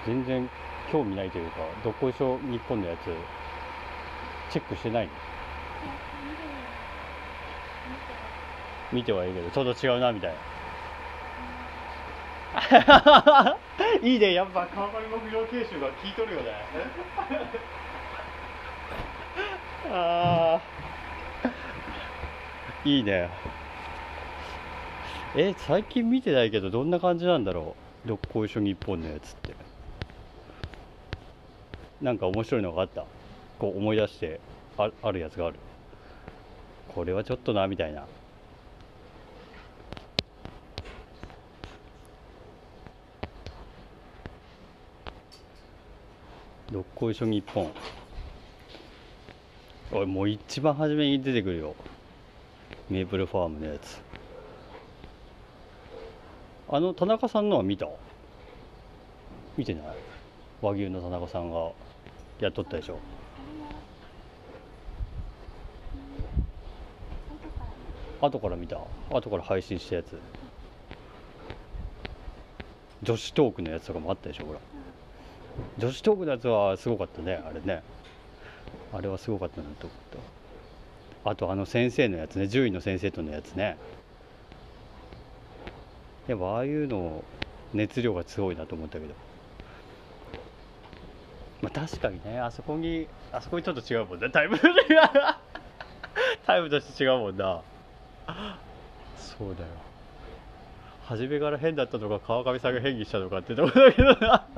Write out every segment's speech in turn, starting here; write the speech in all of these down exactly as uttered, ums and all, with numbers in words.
全然興味ないというか、どっこいしょ日本のやつチェックしてないの？見てはいいけどちょっと違うなみたいな。いいね、やっぱ川上牧場研修が効いとるよね。あー、いいね。え、最近見てないけどどんな感じなんだろう、どっこいしょ日本のやつって。なんか面白いのがあった？こう思い出して あ, あるやつがある？これはちょっとなみたいな。どっこいしょ日本、おい、もう一番初めに出てくるよ、メープルファームのやつ。あの田中さんのは見た？見てない？和牛の田中さんがやっとったでしょ。後から見た？後から配信したやつ。女子トークのやつとかもあったでしょ。ほら、女子トークのやつはすごかったね、あれね。あれはすごかったなと思った。あとあの先生のやつね、獣医の先生とのやつね。やっぱああいうの熱量がすごいなと思ったけど、まあ、確かにね、あそこにあそこにちょっと違うもんね、タイムタイムとして違うもんな。そうだよ、初めから変だったのか川上さんが変にしたのかってとこだけどな。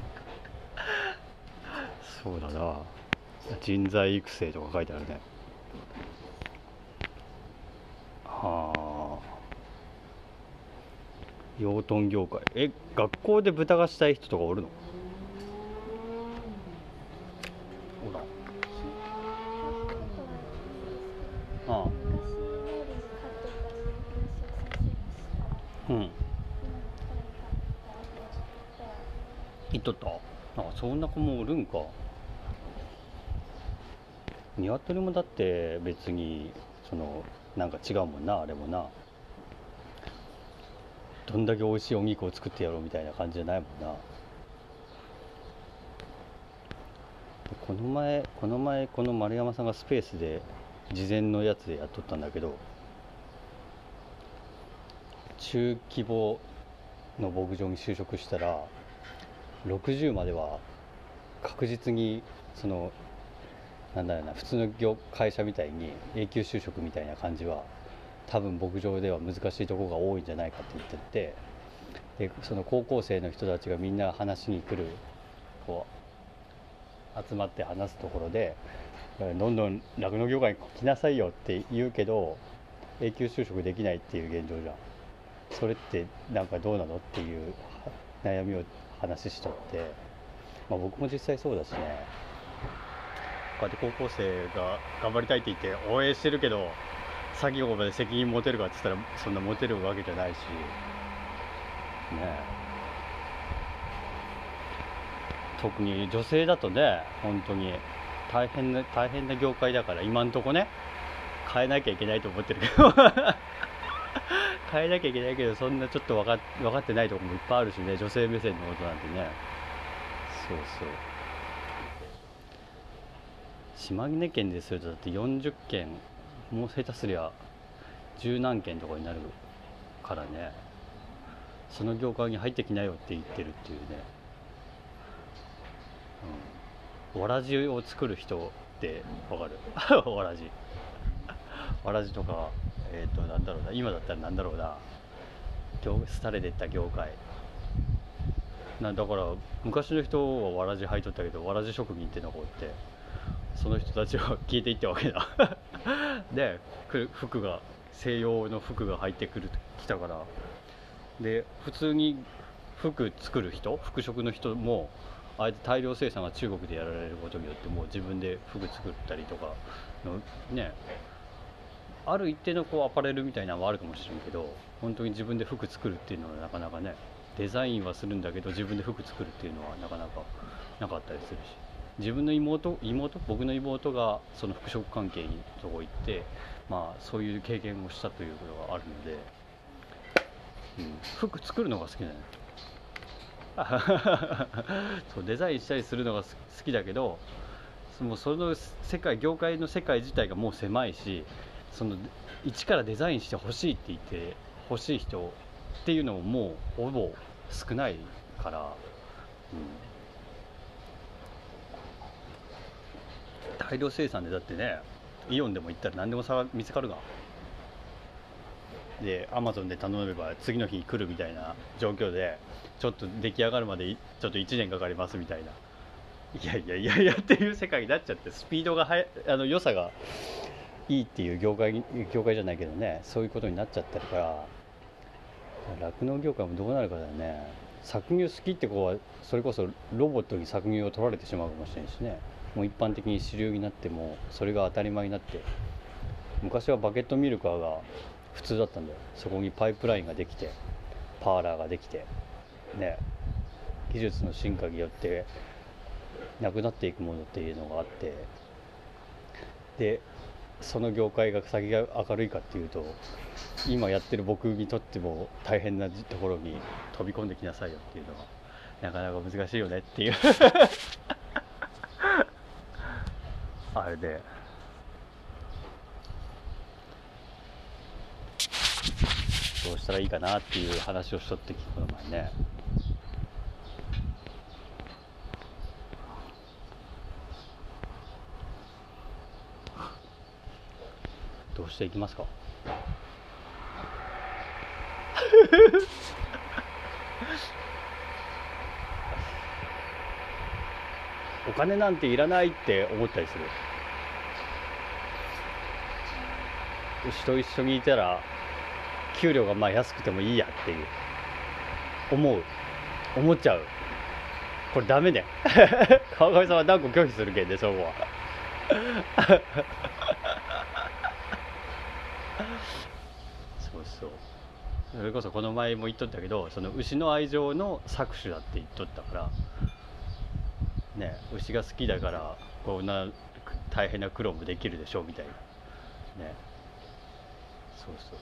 そうだな、人材育成とか書いてあるね。はあ、養豚業界、え、学校で豚がしたい人とかおるの？ほら、ああ、うん、言っとった。あ、そんな子もおるんか。鶏もだって別にそのなんか違うもんな、あれもな。どんだけ美味しいお肉を作ってやろうみたいな感じじゃないもんな。この前この前この丸山さんがスペースで事前のやつでやっとったんだけど、中規模の牧場に就職したらろくじゅうまでは確実にそのなんだろうな、普通の業会社みたいに永久就職みたいな感じは多分牧場では難しいところが多いんじゃないかって言ってて、でその高校生の人たちがみんな話しに来る、こう集まって話すところで、どんどん酪農業界に来なさいよって言うけど永久就職できないっていう現状じゃん。それってなんかどうなのっていう悩みを話しとって、まあ、僕も実際そうだしね。こうやって高校生が頑張りたいって言って応援してるけど、先後まで責任持てるかって言ったらそんな持てるわけじゃないしね。特に女性だとね、本当に大変な大変な業界だから、今んとこね変えなきゃいけないと思ってるけど変えなきゃいけないけど、そんなちょっと分か分かってないところもいっぱいあるしね、女性目線のことなんてね。そうそう、島根県でするとだってよんじゅっけん、もう下手すりゃ十何件とかになるからね。その業界に入ってきなよって言ってるっていうね。うん、わらじを作る人ってわかる？わらじわらじとか、えっ、ー、となんだろうな、今だったらなんだろうな、業廃れてった業界な。だから昔の人はわらじ履いとったけど、わらじ職人ってのがおって、その人たちは消えていったわけだ。で服が西洋の服が入ってくるきたから、で普通に服作る人、服飾の人もあえて大量生産が中国でやられることによって、もう自分で服作ったりとかのね、ある一定のこうアパレルみたいなのはあるかもしれんけど、本当に自分で服作るっていうのはなかなかね、デザインはするんだけど自分で服作るっていうのはなかなかなかったりするし、自分の妹妹僕の妹がその服飾関係にとこ行って、まあそういう経験をしたということがあるので、うん、服作るのが好きだね。 そうデザインしたりするのが好きだけど、もうその世界業界の世界自体がもう狭いし、その一からデザインしてほしいって言ってほしい人っていうのももうほぼ少ないから、うん、大量生産でだってね、イオンでも行ったら何でもさ見つかるが、でアマゾンで頼めば次の日来るみたいな状況で、ちょっと出来上がるまでちょっといちねんかかりますみたいな、いやいやいやいやっていう世界になっちゃって、スピードがはやあの良さがいいっていう業界業界じゃないけどね、そういうことになっちゃってるから、酪農業界もどうなるかだよね。搾乳好きって子はそれこそロボットに搾乳を取られてしまうかもしれないしね。もう一般的に主流になってもそれが当たり前になって、昔はバケットミルカーが普通だったんだよ。そこにパイプラインができてパーラーができてね、技術の進化によってなくなっていくものっていうのがあって、でその業界が先が明るいかっていうと、今やってる僕にとっても大変なところに飛び込んできなさいよっていうのはなかなか難しいよねっていうあれで、どうしたらいいかなっていう話をしとって、この前ね。どうしていきますかお金なんていらないって思ったりする。牛と一緒にいたら給料がまあ安くてもいいやっていう思う思っちゃう。これダメだよ川上さんは断固拒否するけんで、そこはそうそう、それこそこの前も言っとったけど、その牛の愛情の搾取だって言っとったからね、牛が好きだからこんな大変な苦労もできるでしょうみたいなね。そうそう、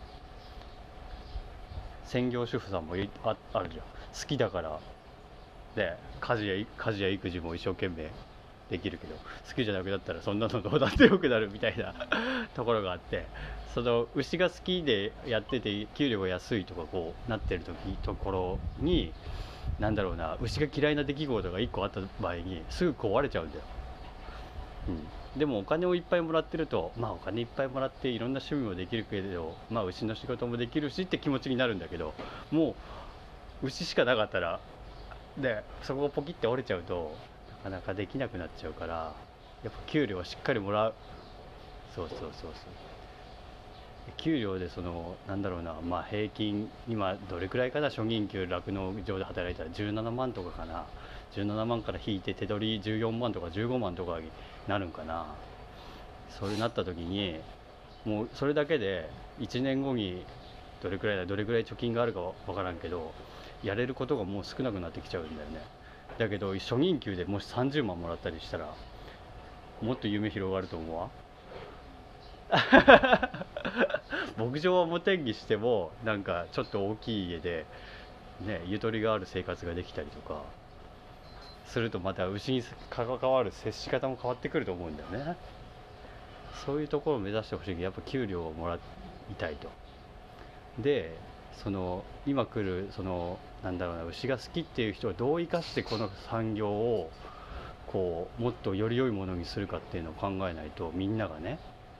専業主婦さんも あ, あるじゃん。好きだからで家事や家事や育児も一生懸命できるけど、好きじゃなくなったらそんなのどうだってよくなるみたいなところがあって、その牛が好きでやってて給料が安いとかこうなってる時ところに、なんだろうな、牛が嫌いな出来事がいっこあった場合にすぐ壊れちゃうんだよ。うん、でもお金をいっぱいもらってると、まあお金いっぱいもらっていろんな趣味もできるけど、まあ牛の仕事もできるしって気持ちになるんだけど、もう牛しかなかったらでそこがポキって折れちゃうとなかなかできなくなっちゃうから、やっぱ給料はしっかりもらう。そうそうそうそう、給料でそのなんだろうな、まあ平均今どれくらいかな、初任給酪農場で働いたらじゅうななまんとかかな、じゅうななまんから引いて手取りじゅうよんまんとかじゅうごまんとかになるんかな。それになった時にもうそれだけでいちねんごにどれくらいだどれくらい貯金があるかわからんけど、やれることがもう少なくなってきちゃうんだよね。だけど初任給でもしさんじゅうまんもらったりしたらもっと夢広がると思うわ牧場はもてんにしてもなんかちょっと大きい家でね、ゆとりがある生活ができたりとかすると、また牛に関わる接し方も変わってくると思うんだよね。そういうところを目指してほしいけど、やっぱ給料をもらいたいと。でその今来るそのなんだろうな、牛が好きっていう人はどう生かしてこの産業をこうもっとより良いものにするかっていうのを考えないと、みんながね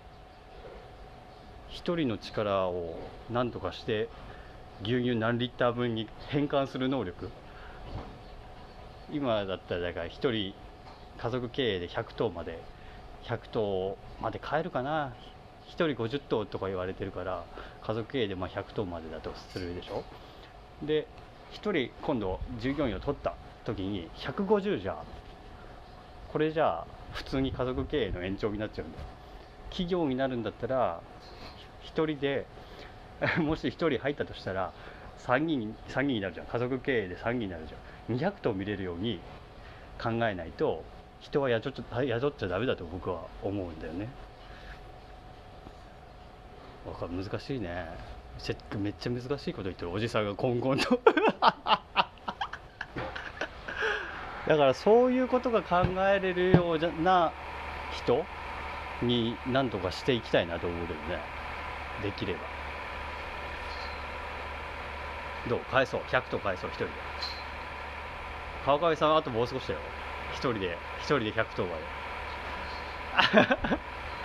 一人の力を何とかして牛乳何リッター分に変換する能力、今だったらだから一人家族経営でひゃく頭までひゃく頭まで買えるかな、ひとりごじゅっ頭とか言われてるから、家族経営でまあひゃく頭までだとするでしょ。でひとり今度従業員を取った時にひゃくごじゅうじゃ、これじゃあ普通に家族経営の延長になっちゃうんだよ。企業になるんだったらひとりでもしひとり入ったとしたらさんにんさんにんになるじゃん。家族経営でさんにんになるじゃん。にひゃく頭見れるように考えないと人は雇っちゃ雇っちゃダメだと僕は思うんだよね。わかる、難しいね。めっちゃ難しいこと言ってるおじさんがコンコンとだからそういうことが考えれるような人に何とかしていきたいなと思うけどね、できれば。どう返そう、ひゃくとう返そう、一人で。川上さんあともう少しだよ、一人で一人でひゃくとうまで。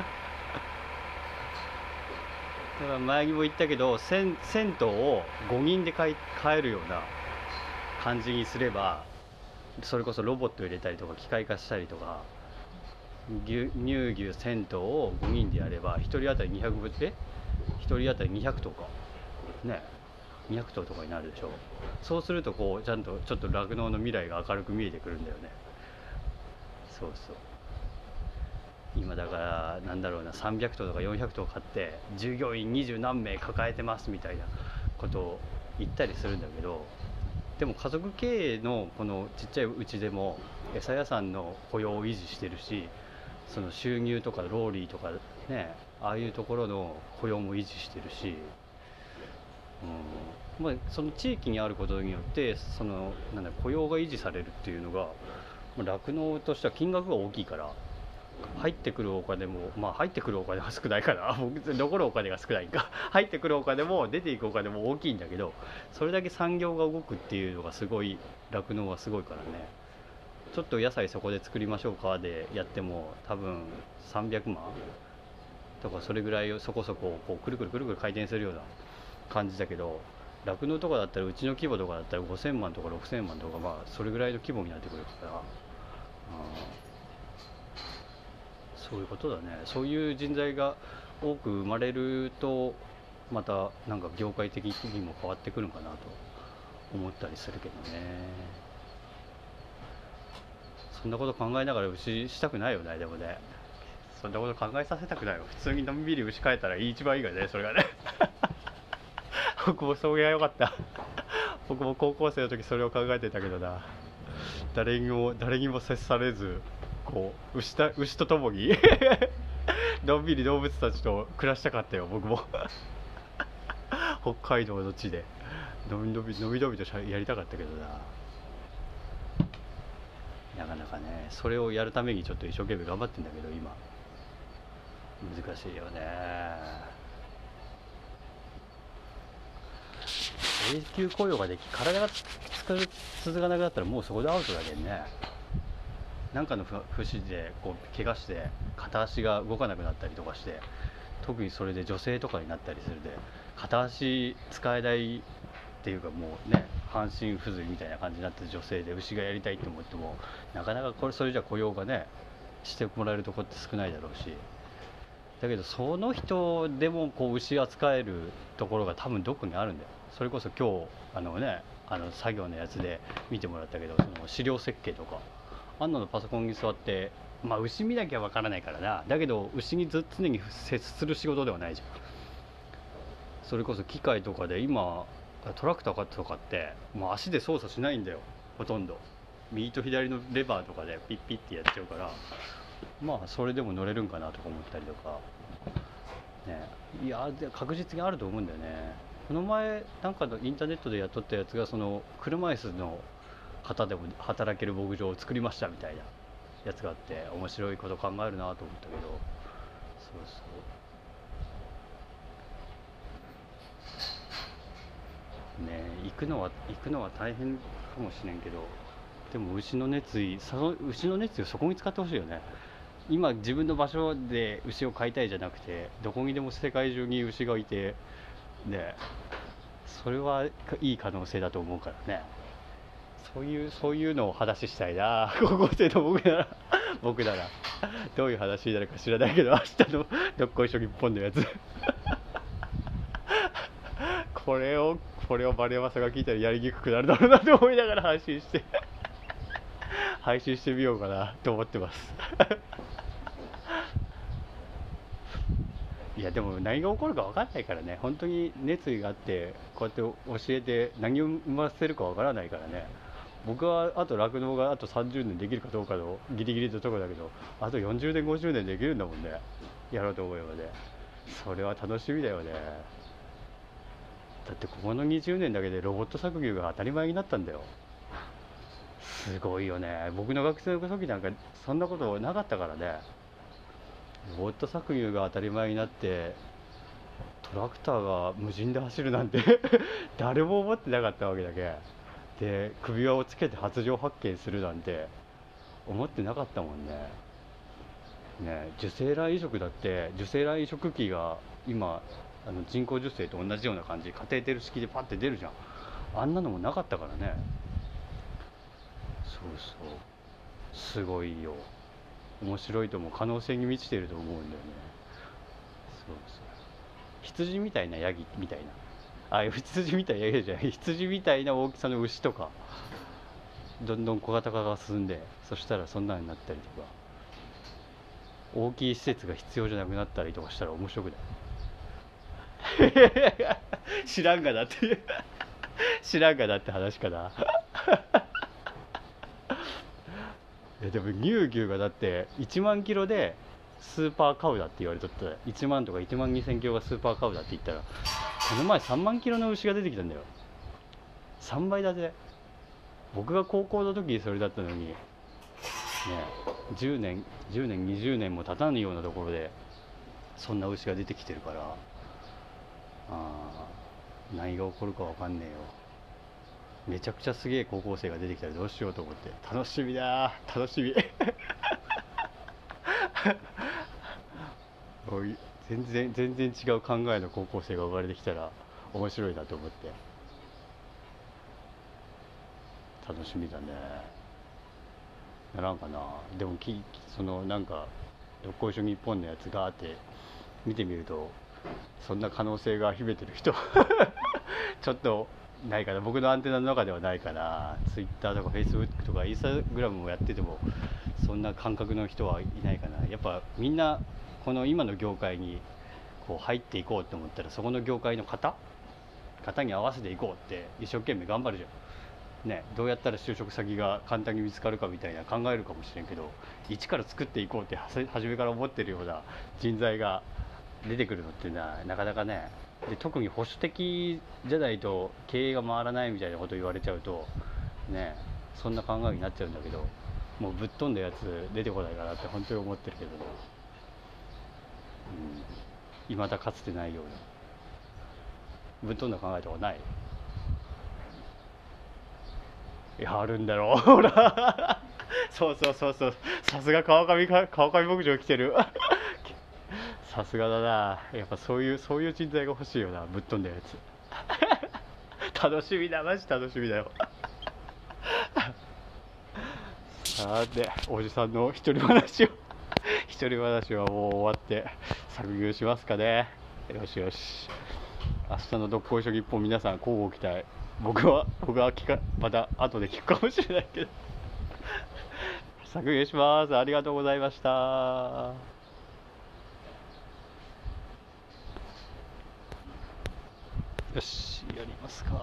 だから前にも言ったけど、銭銭湯をごにんで買い買えるような感じにすれば、それこそロボット入れたりとか機械化したりとか、乳乳牛銭湯をごにんでやればひとり当たりにひゃくぶえひとり当たりにひゃくとうかね、にひゃくとうとかになるでしょ。そうするとこうちゃんとちょっと酪農の未来が明るく見えてくるんだよね。そうそう。今だからなんだろうな、さんびゃくとうとかよんひゃくとう買って従業員にじゅう何名抱えてますみたいなことを言ったりするんだけど、でも家族経営のこのちっちゃいうちでも餌屋さんの雇用を維持してるし、その収入とかローリーとかね、ああいうところの雇用も維持してるし、うん、まあ、その地域にあることによってそのなんだ雇用が維持されるっていうのが酪農としては金額が大きいから、入ってくるお金も、まあ入ってくるお金は少ないからどこのお金が少ないんか入ってくるお金も出ていくお金も大きいんだけど、それだけ産業が動くっていうのがすごい、酪農はすごいからね。ちょっと野菜そこで作りましょうかでやっても多分さんびゃくまんとかそれぐらいをそこそここうくるくるくるくる回転するような感じだけど、酪農とかだったらうちの規模とかだったらごせんまんとかろくせんまんとか、まあそれぐらいの規模になってくるから、うん、そういうことだね。そういう人材が多く生まれるとまたなんか業界的にも変わってくるのかなと思ったりするけどね。そんなこと考えながら牛したくないよね。でもね、そんなこと考えさせたくないよ。普通にのんびり牛飼えたら一番いいからね、それがね。僕もそれが良かった。僕も高校生の時それを考えてたけどな、誰にも誰にも接されず、こう牛た牛とともにのんびり動物たちと暮らしたかったよ、僕も。北海道の地でのびのびのびのびとやりたかったけどな、なかなかね、それをやるためにちょっと一生懸命頑張ってんだけど、今難しいよね。永久雇用ができ、体が続かなくなったらもうそこでアウトだけどね。なんかの節でこう怪我して片足が動かなくなったりとかして、特にそれで女性とかになったりするで、片足使えないっていうか、もうね、半身不随みたいな感じになってる女性で牛がやりたいって思っても、なかなかこれそれじゃ雇用がねしてもらえるとこって少ないだろうし、だけどその人でもこう牛扱えるところが多分どこにあるんだよ。それこそ今日あのね、あの作業のやつで見てもらったけど、その資料設計とかあんなのパソコンに座って、まあ牛見なきゃわからないからな、だけど牛にず常に接する仕事ではないじゃん。それこそ機械とかで今トラクターとかってもう足で操作しないんだよ、ほとんど。右と左のレバーとかでピッピッってやっちゃうから、まあそれでも乗れるんかなとか思ったりとかね。いや確実にあると思うんだよね。この前なんかのインターネットでやっとったやつが、その車椅子の方でも働ける牧場を作りましたみたいなやつがあって、面白いこと考えるなと思ったけど、そうそうね、行くのは行くのは大変かもしれんけど、でも牛の熱意、その牛の熱意をそこに使ってほしいよね。今自分の場所で牛を飼いたいじゃなくて、どこにでも世界中に牛がいて、でそれはいい可能性だと思うからね。そういうそういうのを話したいな、高校生の僕なら。僕ならどういう話になるか知らないけど、明日のどっこいしょ日本のやつこれをこれを丸山さんが聞いたらやりにくくなるだろうなと思いながら配信して配信してみようかなと思ってますいやでも何が起こるか分かんないからね、本当に熱意があってこうやって教えて何を生ませるか分からないからね。僕はあと酪農があとさんじゅうねんできるかどうかのギリギリのところだけど、あとよんじゅうねんごじゅうねんできるんだもんね、やろうと思えばね。それは楽しみだよね。だってここのにじゅうねんだけでロボット搾乳が当たり前になったんだよ。 すごいよね。僕の学生の時なんかそんなことなかったからね。ロボット搾乳が当たり前になってトラクターが無人で走るなんて誰も思ってなかったわけだけで、首輪をつけて発情発見するなんて思ってなかったもんね。ね、受精卵移植だって、受精卵移植機が今あの人工授精と同じような感じ、カテーテル式でパッて出るじゃん。あんなのもなかったからね。そうそう、すごいよ。面白いと思う。可能性に満ちていると思うんだよね。そうそう、羊みたいなヤギみたいな、あ、羊みたいなヤギじゃない、羊みたいな大きさの牛とか、どんどん小型化が進んで、そしたらそんなになったりとか、大きい施設が必要じゃなくなったりとかしたら面白くない？知らんがなって知らんがなって話かな。えでも乳牛がだっていちまんキロでスーパーカウだって言われとったら、いちまんとかいちまんにせんキロがスーパーカウだって言ったら、この前さんまんキロの牛が出てきたんだよ。さんばいだぜ。僕が高校の時にそれだったのにね、じゅうねんじゅうねんにじゅうねんも経たぬようなところでそんな牛が出てきてるから、あ何が起こるか分かんねえよ。めちゃくちゃすげえ高校生が出てきたらどうしようと思って、楽しみだ楽しみおい、全然全然違う考えの高校生が生まれてきたら面白いなと思って楽しみだね。ならんかな。でもきそのなんかどっこいしょ日本のやつがあって見てみると、そんな可能性が秘めてる人ちょっとないかな。僕のアンテナの中ではないかな。ツイッターとかフェイスブックとかインスタグラムもやっててもそんな感覚の人はいないかな。やっぱみんなこの今の業界にこう入っていこうと思ったら、そこの業界の型型に合わせていこうって一生懸命頑張るじゃんね。どうやったら就職先が簡単に見つかるかみたいな考えるかもしれんけど、一から作っていこうって初めから思ってるような人材が出てくるのっていうのはなかなかね。で特に保守的じゃないと経営が回らないみたいなこと言われちゃうとね、そんな考えになっちゃうんだけど、もうぶっ飛んだやつ出てこないかなって本当に思ってるけどね。うん、未だかつてないようなぶっ飛んだ考えとかない？いやあるんだろうほらそうそうそうそう、さすが川上か川上牧場来てるさすがだな。やっぱそういうそういう人材が欲しいよな、ぶっ飛んだやつ楽しみだ、マジ楽しみだよさておじさんの一人話を一人話はもう終わって搾乳しますかね。よしよし、明日のどっこいしょ日本、皆さん交互期待。僕は僕は聞かまた後で聞くかもしれないけど搾乳します。ありがとうございました。よし、やりますか。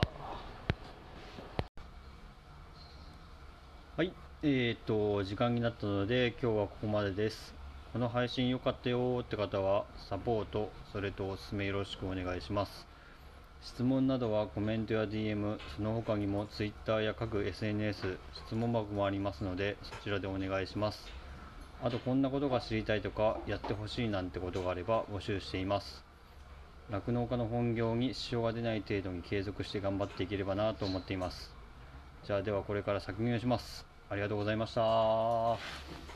はい、えーと時間になったので今日はここまでです。この配信良かったよって方はサポート、それとおすすめよろしくお願いします。質問などはコメントや ディーエム、その他にも Twitter や各 エスエヌエス、質問箱もありますのでそちらでお願いします。あとこんなことが知りたいとかやってほしいなんてことがあれば募集しています。酪農家の本業に支障が出ない程度に継続して頑張っていければなと思っています。じゃあではこれから搾乳します。ありがとうございました。